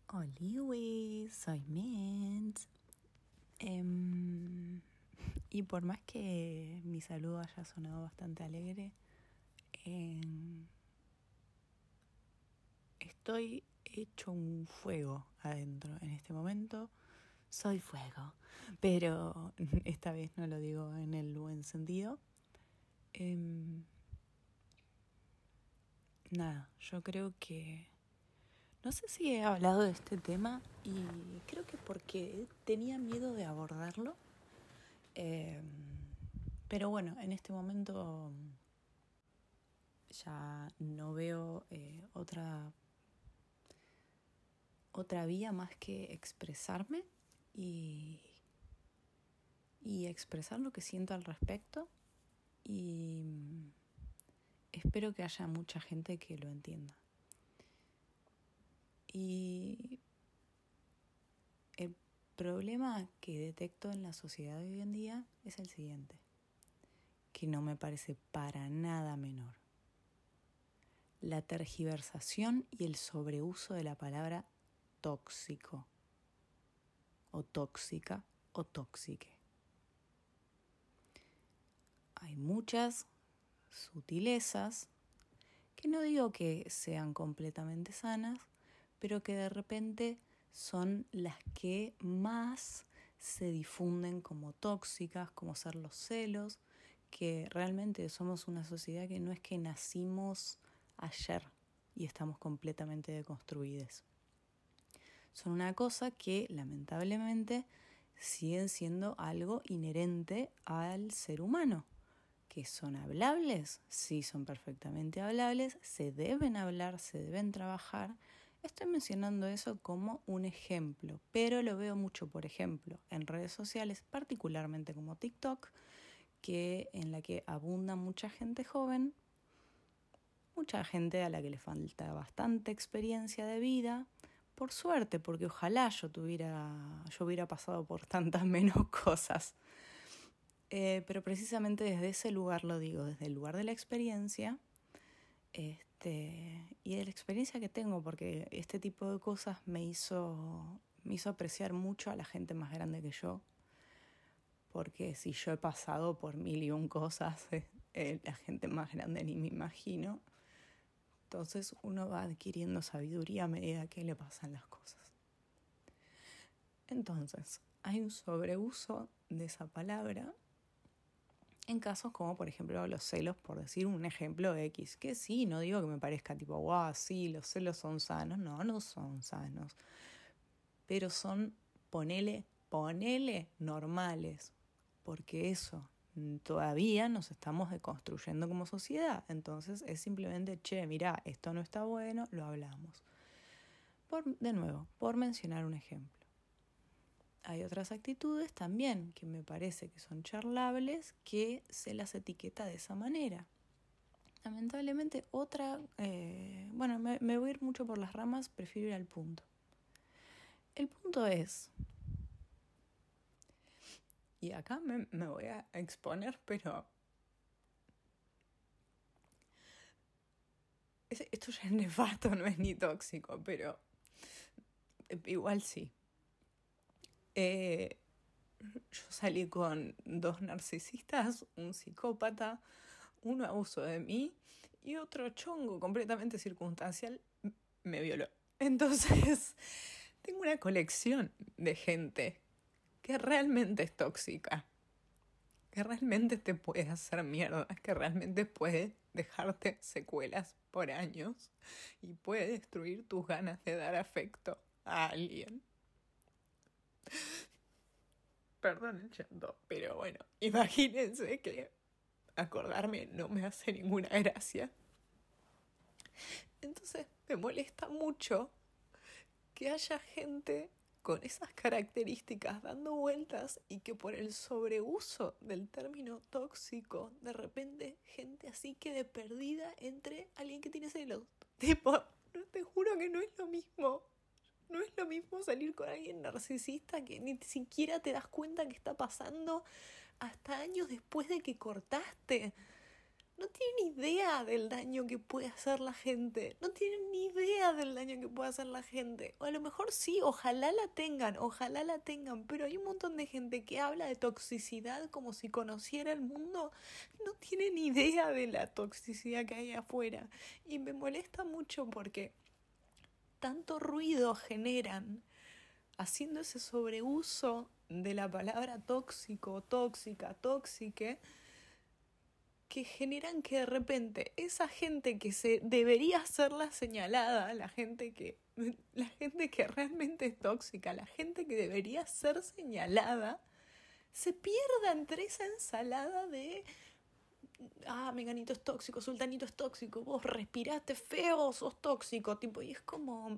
Oliwi, soy Mint. Y por más que mi saludo haya sonado bastante alegre, estoy hecho un fuego adentro en este momento. Soy fuego, pero esta vez no lo digo en el buen sentido. Nada, yo creo que... No sé si he hablado de este tema y creo que porque tenía miedo de abordarlo. Pero bueno, en este momento ya no veo otra vía más que expresarme y expresar lo que siento al respecto, y espero que haya mucha gente que lo entienda. Y el problema que detecto en la sociedad de hoy en día es el siguiente, que no me parece para nada menor: la tergiversación y el sobreuso de la palabra tóxico, o tóxica, o tóxique. Hay muchas sutilezas que no digo que sean completamente sanas, pero que de repente son las que más se difunden como tóxicas, como ser los celos, que realmente somos una sociedad que no es que nacimos ayer y estamos completamente deconstruidos. Son una cosa que lamentablemente siguen siendo algo inherente al ser humano. ¿Que son hablables? Sí, son perfectamente hablables, se deben hablar, se deben trabajar. Estoy mencionando eso como un ejemplo, pero lo veo mucho, por ejemplo, en redes sociales, particularmente como TikTok, en la que abunda mucha gente joven, mucha gente a la que le falta bastante experiencia de vida. Por suerte, porque ojalá yo hubiera pasado por tantas menos cosas. Pero precisamente desde ese lugar lo digo, desde el lugar de la experiencia, y de la experiencia que tengo, porque este tipo de cosas me hizo apreciar mucho a la gente más grande que yo, porque si yo he pasado por 1001 cosas, la gente más grande ni me imagino. Entonces uno va adquiriendo sabiduría a medida que le pasan las cosas. Entonces, hay un sobreuso de esa palabra en casos como, por ejemplo, los celos, por decir un ejemplo X, que sí, no digo que me parezca tipo, wow, sí, los celos son sanos. No son sanos, pero son, ponele normales, porque eso, todavía nos estamos deconstruyendo como sociedad. Entonces es simplemente, mirá, esto no está bueno, lo hablamos. De nuevo, por mencionar un ejemplo. Hay otras actitudes también que me parece que son charlables, que se las etiqueta de esa manera. Lamentablemente me voy a ir mucho por las ramas, prefiero ir al punto. El punto es, y acá me voy a exponer, pero esto ya es nefasto, no es ni tóxico, pero igual sí. Yo salí con 2 narcisistas, un psicópata, uno abusó de mí y otro chongo completamente circunstancial me violó. Entonces, tengo una colección de gente que realmente es tóxica, que realmente te puede hacer mierda, que realmente puede dejarte secuelas por años y puede destruir tus ganas de dar afecto a alguien. Perdón el llanto, pero bueno, imagínense que acordarme no me hace ninguna gracia. Entonces me molesta mucho que haya gente con esas características dando vueltas y que por el sobreuso del término tóxico, de repente gente así quede perdida entre alguien que tiene celos. Tipo, te juro que no es lo mismo. No es lo mismo salir con alguien narcisista que ni siquiera te das cuenta que está pasando hasta años después de que cortaste. no tienen idea del daño que puede hacer la gente. No tienen ni idea del daño que puede hacer la gente. O a lo mejor sí, ojalá la tengan. Pero hay un montón de gente que habla de toxicidad como si conociera el mundo. No tienen idea de la toxicidad que hay afuera. Y me molesta mucho porque tanto ruido generan haciendo ese sobreuso de la palabra tóxico, tóxica, tóxique, que generan que de repente esa gente que se debería ser la señalada, la gente que realmente es tóxica, la gente que debería ser señalada, se pierda entre esa ensalada de menganito es tóxico, sultanito es tóxico, vos respiraste feo, sos tóxico, tipo, y es como,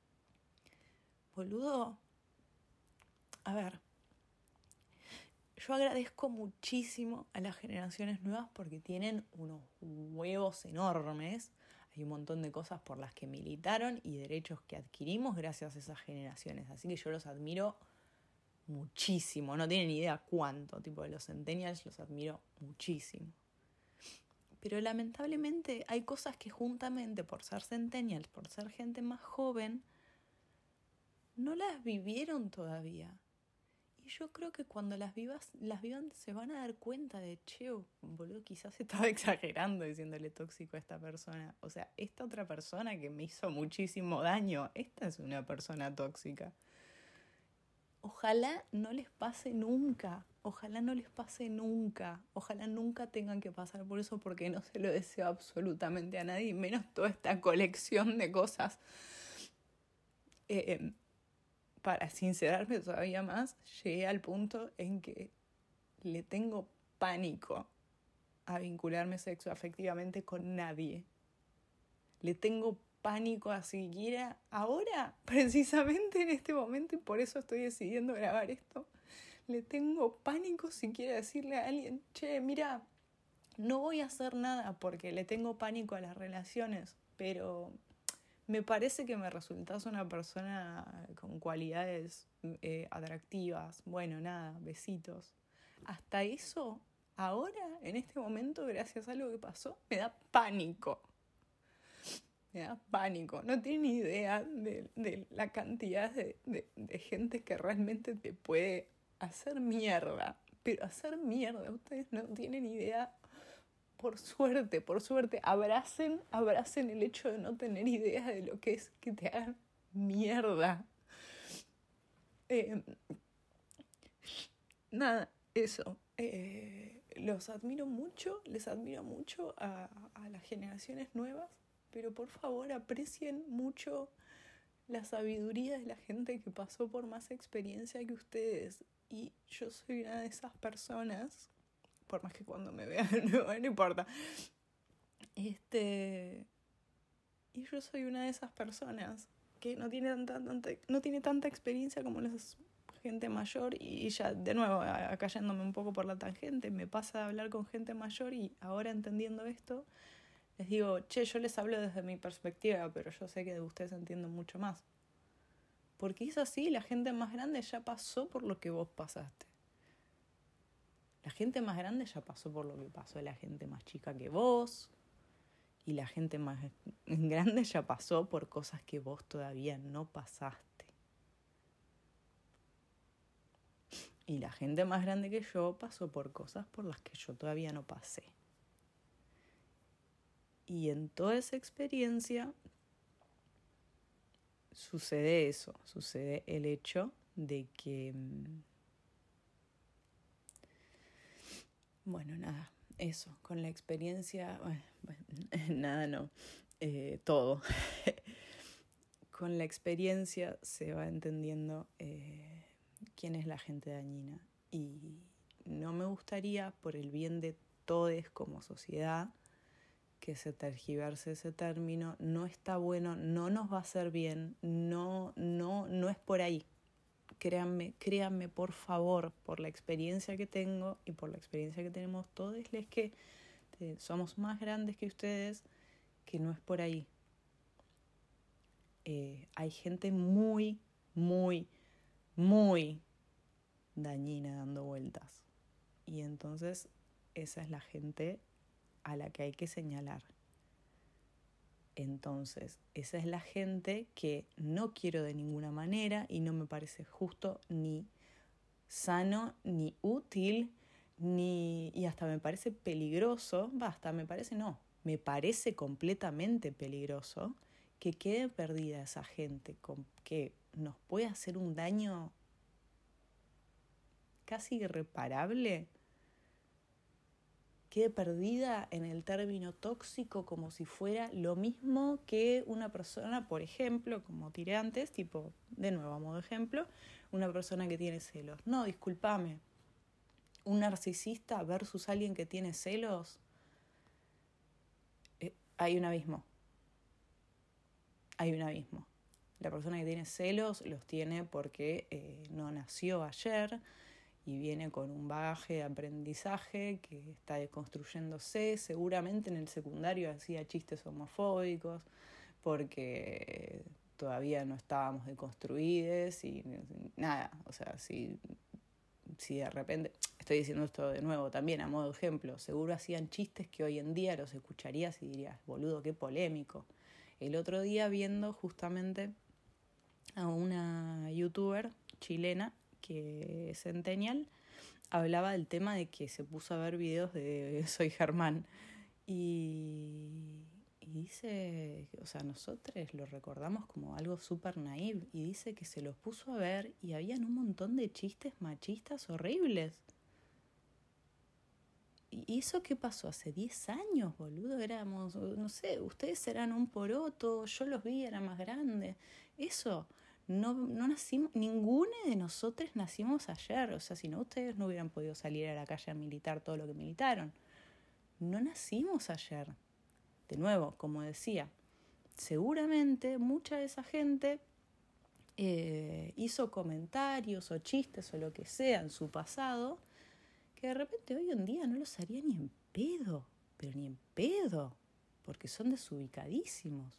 boludo, a ver, yo agradezco muchísimo a las generaciones nuevas porque tienen unos huevos enormes. Hay un montón de cosas por las que militaron y derechos que adquirimos gracias a esas generaciones. Así que yo los admiro muchísimo. No tienen idea cuánto. Tipo de los centennials los admiro muchísimo. Pero lamentablemente hay cosas que juntamente por ser centennials, por ser gente más joven, no las vivieron todavía. Y yo creo que cuando las vivan se van a dar cuenta de, che, boludo, quizás estaba exagerando diciéndole tóxico a esta persona. O sea, esta otra persona que me hizo muchísimo daño, esta es una persona tóxica. Ojalá no les pase nunca, ojalá no les pase nunca, ojalá nunca tengan que pasar por eso porque no se lo deseo absolutamente a nadie, menos toda esta colección de cosas. Para sincerarme todavía más, llegué al punto en que le tengo pánico a vincularme sexoafectivamente con nadie. Le tengo pánico a siquiera ahora, precisamente en este momento, y por eso estoy decidiendo grabar esto. Le tengo pánico siquiera decirle a alguien, che, mira, no voy a hacer nada porque le tengo pánico a las relaciones, pero me parece que me resultás una persona con cualidades atractivas. Bueno, nada, besitos. Hasta eso, ahora, en este momento, gracias a algo que pasó, me da pánico. Me da pánico. No tienen ni idea de la cantidad de gente que realmente te puede hacer mierda. Pero hacer mierda, ustedes no tienen idea. Por suerte, abracen el hecho de no tener idea de lo que es que te hagan mierda. Nada, eso. Los admiro mucho, les admiro mucho a las generaciones nuevas, pero por favor aprecien mucho la sabiduría de la gente que pasó por más experiencia que ustedes. Y yo soy una de esas personas, por más que cuando me vean no importa. Y yo soy una de esas personas que no tiene tanta experiencia como la gente mayor, y ya de nuevo acá yéndome un poco por la tangente, me pasa de hablar con gente mayor y ahora entendiendo esto les digo, che, yo les hablo desde mi perspectiva, pero yo sé que de ustedes entienden mucho más, porque es así, la gente más grande ya pasó por lo que vos pasaste. La gente más grande ya pasó por lo que pasó la gente más chica que vos. Y la gente más grande ya pasó por cosas que vos todavía no pasaste. Y la gente más grande que yo pasó por cosas por las que yo todavía no pasé. Y en toda esa experiencia sucede eso, sucede el hecho de que, bueno, nada, eso, con la experiencia, nada no, todo. Con la experiencia se va entendiendo quién es la gente dañina. Y no me gustaría, por el bien de todos como sociedad, que se tergiverse ese término. No está bueno, no nos va a hacer bien, no es por ahí. Créanme por favor, por la experiencia que tengo y por la experiencia que tenemos todos, les que somos más grandes que ustedes, que no es por ahí. Hay gente muy, muy, muy dañina dando vueltas. Y entonces esa es la gente a la que hay que señalar. Entonces, esa es la gente que no quiero de ninguna manera y no me parece justo, ni sano, ni útil, y hasta me parece peligroso, me parece completamente peligroso que quede perdida esa gente, que nos puede hacer un daño casi irreparable, quede perdida en el término tóxico como si fuera lo mismo que una persona, por ejemplo, como tiré antes, tipo, de nuevo a modo de ejemplo, una persona que tiene celos. No, discúlpame, un narcisista versus alguien que tiene celos, hay un abismo. Hay un abismo. La persona que tiene celos los tiene porque no nació ayer y viene con un bagaje de aprendizaje que está deconstruyéndose. Seguramente en el secundario hacía chistes homofóbicos porque todavía no estábamos deconstruidos y nada. O sea, si de repente, estoy diciendo esto de nuevo también a modo de ejemplo, seguro hacían chistes que hoy en día los escucharías y dirías, boludo, qué polémico. El otro día viendo justamente a una youtuber chilena que es centennial, hablaba del tema de que se puso a ver videos de Soy Germán y dice, o sea, nosotros lo recordamos como algo súper naïve, y dice que se los puso a ver y habían un montón de chistes machistas horribles. ¿Y eso qué pasó? Hace 10 años, boludo, éramos, no sé, ustedes eran un poroto, yo los vi, eran más grandes. Eso, no nacimos, ninguno de nosotros nacimos ayer. O sea, si no, ustedes no hubieran podido salir a la calle a militar todo lo que militaron. No nacimos ayer. De nuevo, como decía, seguramente mucha de esa gente hizo comentarios o chistes o lo que sea en su pasado que de repente hoy en día no los haría ni en pedo, pero ni en pedo, porque son desubicadísimos.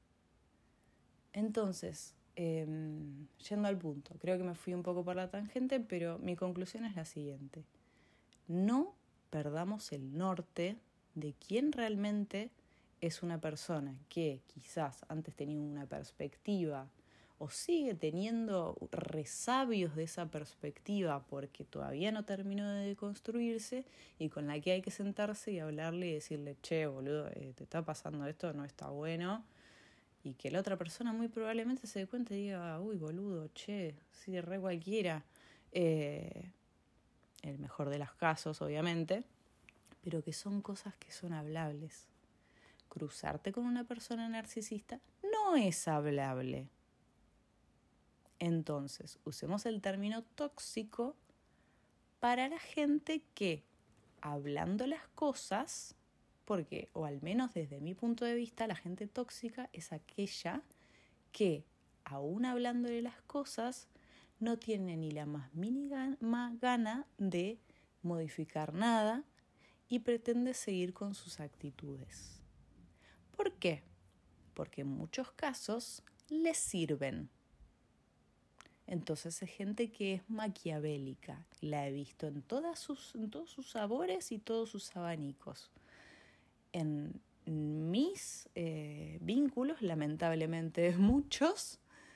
Entonces, yendo al punto, creo que me fui un poco por la tangente, pero mi conclusión es la siguiente. No perdamos el norte de quién realmente es una persona que quizás antes tenía una perspectiva o sigue teniendo resabios de esa perspectiva porque todavía no terminó de deconstruirse, y con la que hay que sentarse y hablarle y decirle, che, boludo, te está pasando esto, no está bueno, y que la otra persona muy probablemente se dé cuenta y diga, uy, boludo, che, sí, re cualquiera, el mejor de los casos, obviamente, pero que son cosas que son hablables. Cruzarte con una persona narcisista no es hablable. Entonces, usemos el término tóxico para la gente que, hablando las cosas, porque, o al menos desde mi punto de vista, la gente tóxica es aquella que, aún hablándole las cosas, no tiene ni la más mínima gana de modificar nada y pretende seguir con sus actitudes. ¿Por qué? Porque en muchos casos les sirven. Entonces es gente que es maquiavélica. La he visto en todos sus sabores y todos sus abanicos. En mis vínculos, lamentablemente muchos,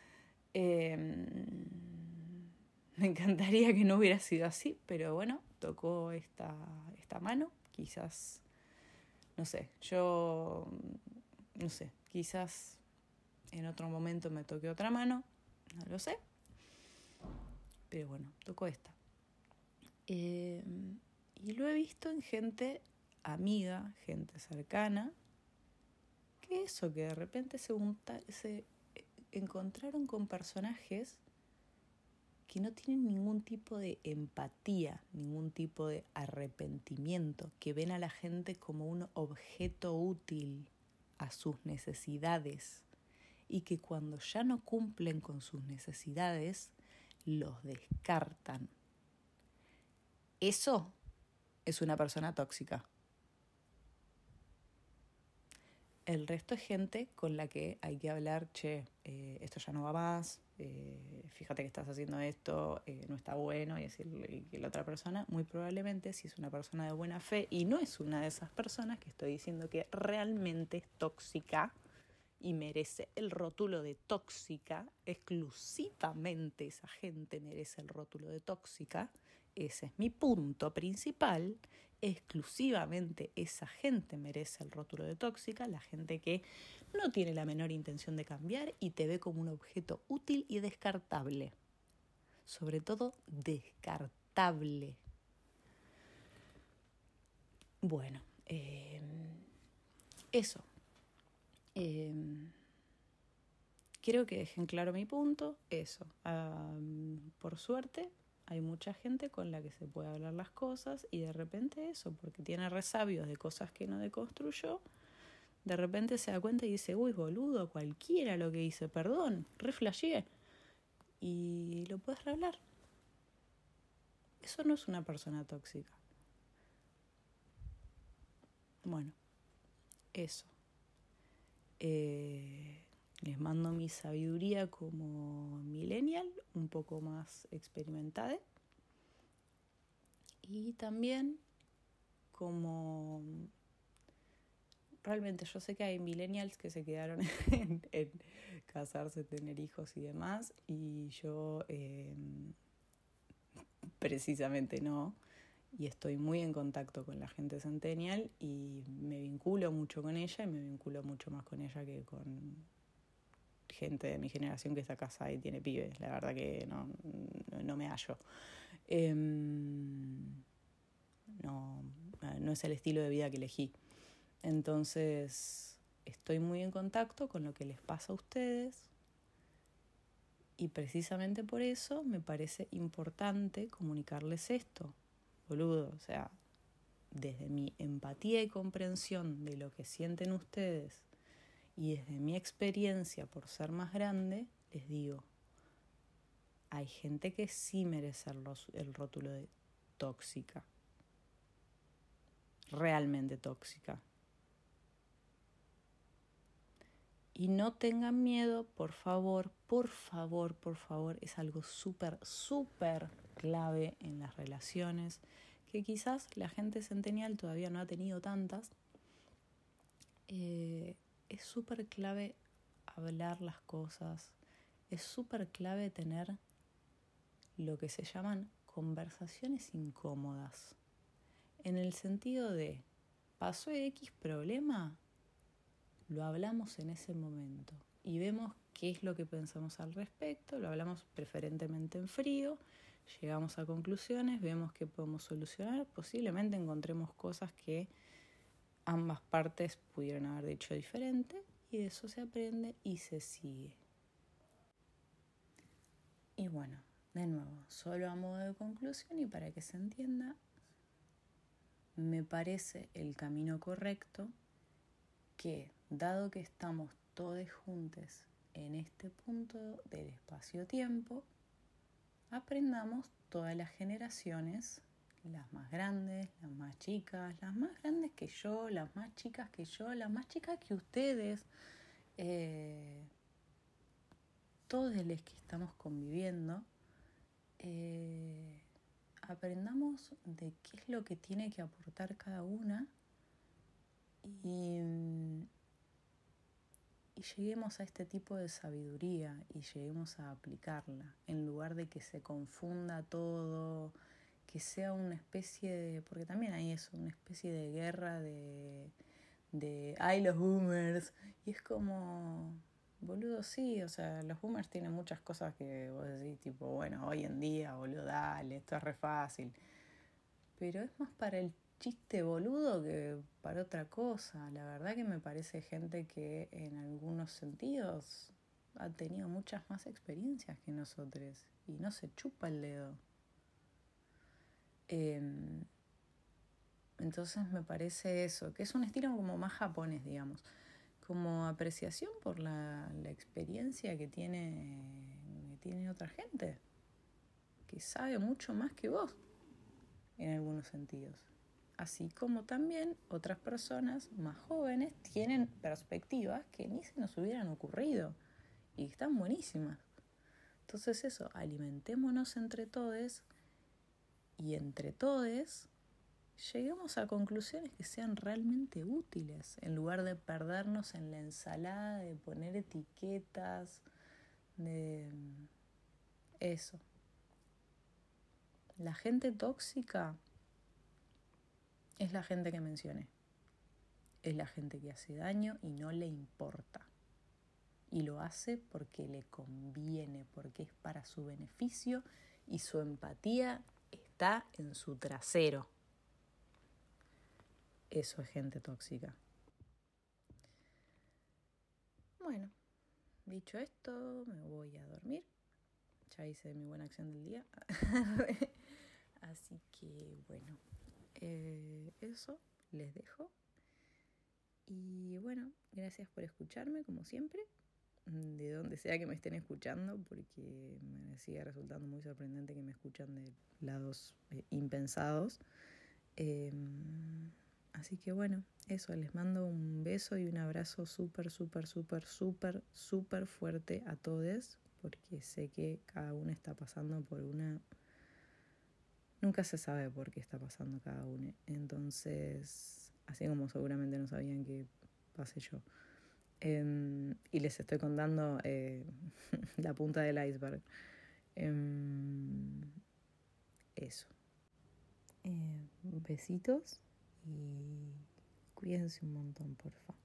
me encantaría que no hubiera sido así, pero bueno, tocó esta mano. Quizás, no sé, quizás en otro momento me toque otra mano, no lo sé. Pero bueno, tocó esta. Y lo he visto en gente amiga, gente cercana, que de repente se encontraron con personajes que no tienen ningún tipo de empatía, ningún tipo de arrepentimiento, que ven a la gente como un objeto útil a sus necesidades, y que cuando ya no cumplen con sus necesidades, los descartan. Eso es una persona tóxica. El resto es gente con la que hay que hablar, esto ya no va más, fíjate que estás haciendo esto, no está bueno, y decirle que la otra persona, muy probablemente, si es una persona de buena fe y no es una de esas personas que estoy diciendo que realmente es tóxica y merece el rótulo de tóxica, exclusivamente esa gente merece el rótulo de tóxica, ese es mi punto principal, exclusivamente esa gente merece el rótulo de tóxica, la gente que no tiene la menor intención de cambiar y te ve como un objeto útil y descartable, sobre todo descartable. Bueno, eso. Quiero que dejen claro mi punto, eso. Por suerte, hay mucha gente con la que se puede hablar las cosas y de repente eso, porque tiene resabios de cosas que no deconstruyó, de repente se da cuenta y dice, uy, boludo, cualquiera lo que hice, perdón, re flasheé. Y lo puedes rehablar. Eso no es una persona tóxica. Bueno, eso. Les mando mi sabiduría como millennial, un poco más experimentada. Y también como... Realmente yo sé que hay millennials que se quedaron en casarse, tener hijos y demás. Y yo precisamente no. Y estoy muy en contacto con la gente centennial y me vinculo mucho con ella y me vinculo mucho más con ella que con gente de mi generación que está casada y tiene pibes. La verdad que no me hallo. No es el estilo de vida que elegí. Entonces, estoy muy en contacto con lo que les pasa a ustedes y precisamente por eso me parece importante comunicarles esto. Boludo, o sea, desde mi empatía y comprensión de lo que sienten ustedes y desde mi experiencia por ser más grande, les digo, hay gente que sí merece el rótulo de tóxica, realmente tóxica. Y no tengan miedo, por favor, es algo súper, súper clave en las relaciones, que quizás la gente centennial todavía no ha tenido tantas. Es súper clave hablar las cosas, es súper clave tener lo que se llaman conversaciones incómodas, en el sentido de, pasó X problema, lo hablamos en ese momento y vemos qué es lo que pensamos al respecto, lo hablamos preferentemente en frío, llegamos a conclusiones, vemos qué podemos solucionar, posiblemente encontremos cosas que ambas partes pudieron haber dicho diferente y de eso se aprende y se sigue. Y bueno, de nuevo, solo a modo de conclusión y para que se entienda, me parece el camino correcto que, dado que estamos todos juntos en este punto del espacio-tiempo, aprendamos todas las generaciones, las más grandes, las más chicas, las más grandes que yo, las más chicas que yo, las más chicas que ustedes, todos los que estamos conviviendo, aprendamos de qué es lo que tiene que aportar cada una y lleguemos a este tipo de sabiduría y lleguemos a aplicarla, en lugar de que se confunda todo, que sea una especie de... Porque también hay eso, una especie de guerra de ¡ay, los boomers! Y es como... Boludo, sí, o sea, los boomers tienen muchas cosas que vos decís, tipo, bueno, hoy en día, boludo, dale, esto es re fácil. Pero es más para el chiste boludo que para otra cosa. La verdad que me parece gente que en algunos sentidos ha tenido muchas más experiencias que nosotros y no se chupa el dedo. Entonces me parece eso, que es un estilo como más japonés, digamos, como apreciación por la experiencia que tiene otra gente, que sabe mucho más que vos en algunos sentidos. Así como también otras personas más jóvenes tienen perspectivas que ni se nos hubieran ocurrido y están buenísimas. Entonces eso, alimentémonos entre todos y entre todes lleguemos a conclusiones que sean realmente útiles, en lugar de perdernos en la ensalada, de poner etiquetas, de eso. La gente tóxica es la gente que mencioné. Es la gente que hace daño y no le importa. Y lo hace porque le conviene, porque es para su beneficio y su empatía está en su trasero. Eso es gente tóxica. Bueno, dicho esto, me voy a dormir. Ya hice mi buena acción del día. Así que bueno, eso les dejo. Y bueno, gracias por escucharme como siempre, de donde sea que me estén escuchando, porque me sigue resultando muy sorprendente que me escuchan de lados impensados. Así que bueno, eso, les mando un beso y un abrazo súper, súper, súper, súper, súper fuerte a todos, porque sé que cada uno está pasando por una... Nunca se sabe por qué está pasando cada uno. Entonces, así como seguramente no sabían que pasé yo. Y les estoy contando la punta del iceberg. Eso. Besitos y cuídense un montón, porfa.